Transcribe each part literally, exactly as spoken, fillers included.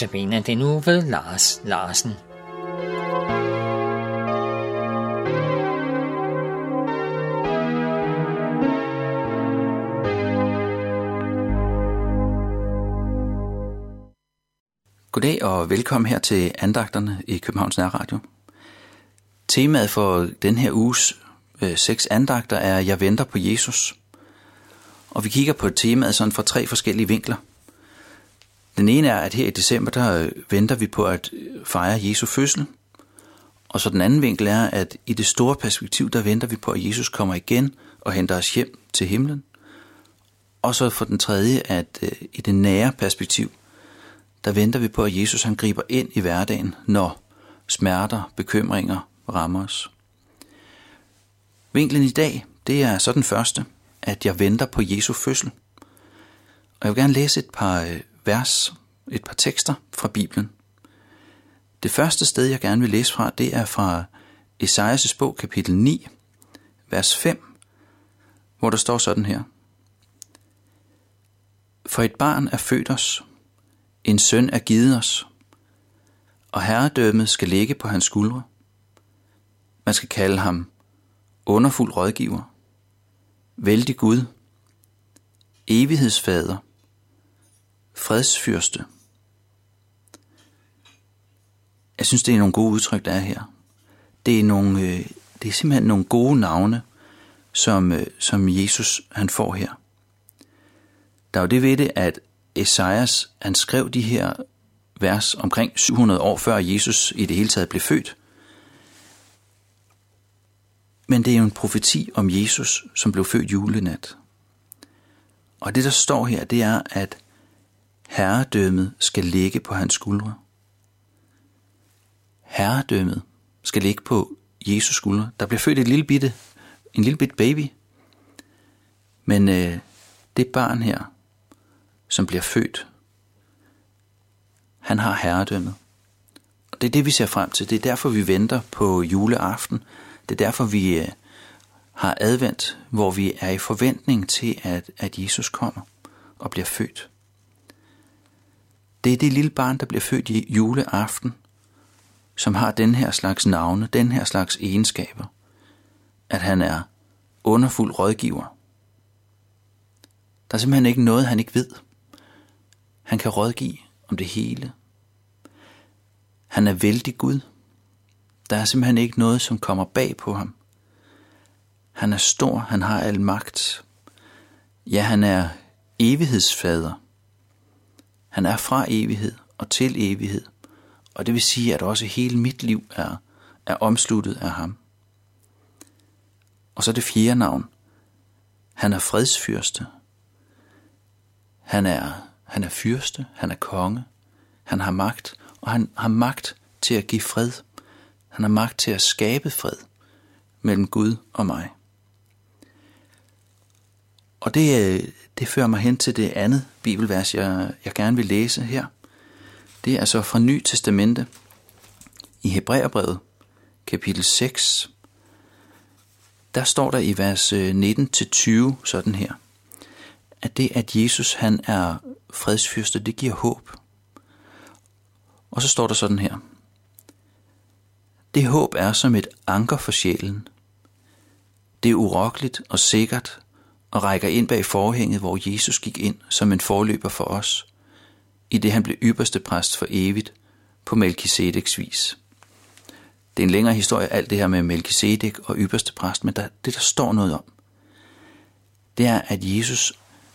Notabene den nu ved Lars Larsen. Goddag og velkommen her til andagterne i Københavns Nærradio. Temaet for den her uges øh, seks andagter er Jeg venter på Jesus. Og vi kigger på temaet sådan fra tre forskellige vinkler. Den ene er, at her i december, der venter vi på at fejre Jesu fødsel. Og så den anden vinkel er, at i det store perspektiv, der venter vi på, at Jesus kommer igen og henter os hjem til himlen. Og så for den tredje, at øh, i det nære perspektiv, der venter vi på, at Jesus han griber ind i hverdagen, når smerter, bekymringer rammer os. Vinklen i dag, det er så den første, at jeg venter på Jesu fødsel. Og jeg vil gerne læse et par vers, et par tekster fra Bibelen. Det første sted, jeg gerne vil læse fra, det er fra Esajas' bog, kapitel ni, vers fem, hvor der står sådan her. For et barn er født os, en søn er givet os, og herredømmet skal ligge på hans skuldre. Man skal kalde ham underfuld rådgiver, vældig Gud, evighedsfader, fredsfyrste. Jeg synes, det er nogle gode udtryk, der er her. Det er, nogle, det er simpelthen nogle gode navne, som, som Jesus han får her. Der er jo det ved det, at Esajas, han skrev de her vers omkring syv hundrede år før Jesus i det hele taget blev født. Men det er jo en profeti om Jesus, som blev født julenat. Og det, der står her, det er, at herredømmet skal ligge på hans skuldre. Herredømmet skal ligge på Jesus skuldre. Der bliver født et lille bitte, en lille bitte baby. Men øh, det barn her, som bliver født, han har herredømmet. Og det er det, vi ser frem til. Det er derfor, vi venter på juleaften. Det er derfor, vi øh, har advent, hvor vi er i forventning til, at, at Jesus kommer og bliver født. Det er det lille barn, der bliver født i juleaften, som har den her slags navne, den her slags egenskaber, at han er underfuld rådgiver. Der er simpelthen ikke noget, han ikke ved. Han kan rådgive om det hele. Han er vældig Gud. Der er simpelthen ikke noget, som kommer bag på ham. Han er stor, han har al magt. Ja, han er evighedsfader. Han er fra evighed og til evighed. Og det vil sige, at også hele mit liv er, er omsluttet af ham. Og så det fjerde navn. Han er fredsfyrste. Han er, han er fyrste, han er konge. Han har magt, og han har magt til at give fred. Han har magt til at skabe fred mellem Gud og mig. Og det, det fører mig hen til det andet bibelvers, jeg, jeg gerne vil læse her. Det er altså fra Ny Testamente i Hebræerbrevet, kapitel seks. Der står der i vers nitten til tyve sådan her, at det, at Jesus han er fredsfyrste, det giver håb. Og så står der sådan her. Det håb er som et anker for sjælen. Det er urokkeligt og sikkert og rækker ind bag forhænget, hvor Jesus gik ind som en forløber for os, i det han blev ypperste præst for evigt på Melkisedeks vis. Det er en længere historie, alt det her med Melkisedek og ypperste præst, men der, det der står noget om, det er, at Jesus,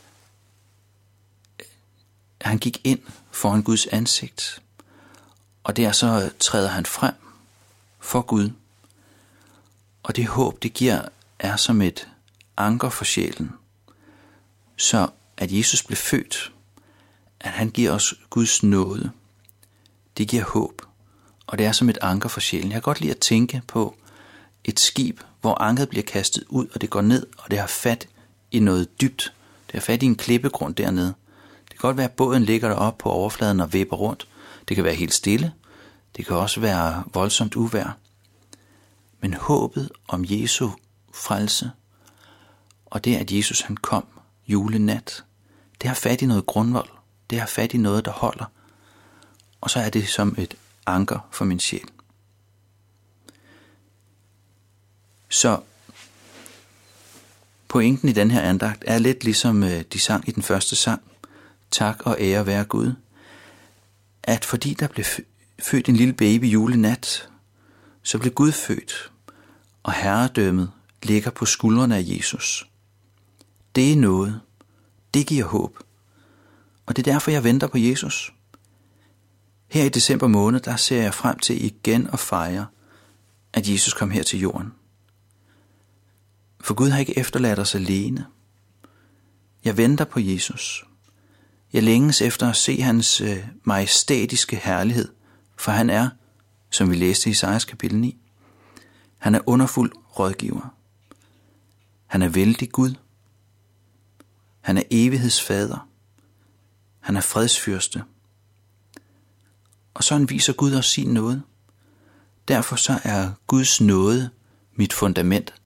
han gik ind foran Guds ansigt, og der så træder han frem for Gud. Og det håb, det giver, er som et anker for sjælen. Så at Jesus blev født, at han giver os Guds nåde, det giver håb. Og det er som et anker for sjælen. Jeg kan godt lide at tænke på et skib, hvor ankeret bliver kastet ud, og det går ned, og det har fat i noget dybt. Det har fat i en klippegrund dernede. Det kan godt være, at båden ligger deroppe på overfladen og vipper rundt. Det kan være helt stille. Det kan også være voldsomt uvejr. Men håbet om Jesu frelse, og det at Jesus han kom julenat, det har fat i noget grundvold. Det har fat i noget, der holder. og så er det som et anker for min sjæl. Så pointen i den her andagt er lidt ligesom de sang i den første sang, tak og ære være Gud, at fordi der blev født en lille baby julenat, så blev Gud født, og herredømmet ligger på skuldrene af Jesus. Det er noget. Det giver håb. Og det er derfor, jeg venter på Jesus. Her i december måned, der ser jeg frem til igen at fejre, at Jesus kom her til jorden. For Gud har ikke efterladt os alene. Jeg venter på Jesus. Jeg længes efter at se hans øh, majestætiske herlighed, for han er, som vi læste i Esajas kapitel ni, han er underfuld rådgiver. Han er vældig Gud. Han er evighedsfader. Han er fredsfyrste. Og sådan viser Gud os sin nåde. Derfor så er Guds nåde mit fundament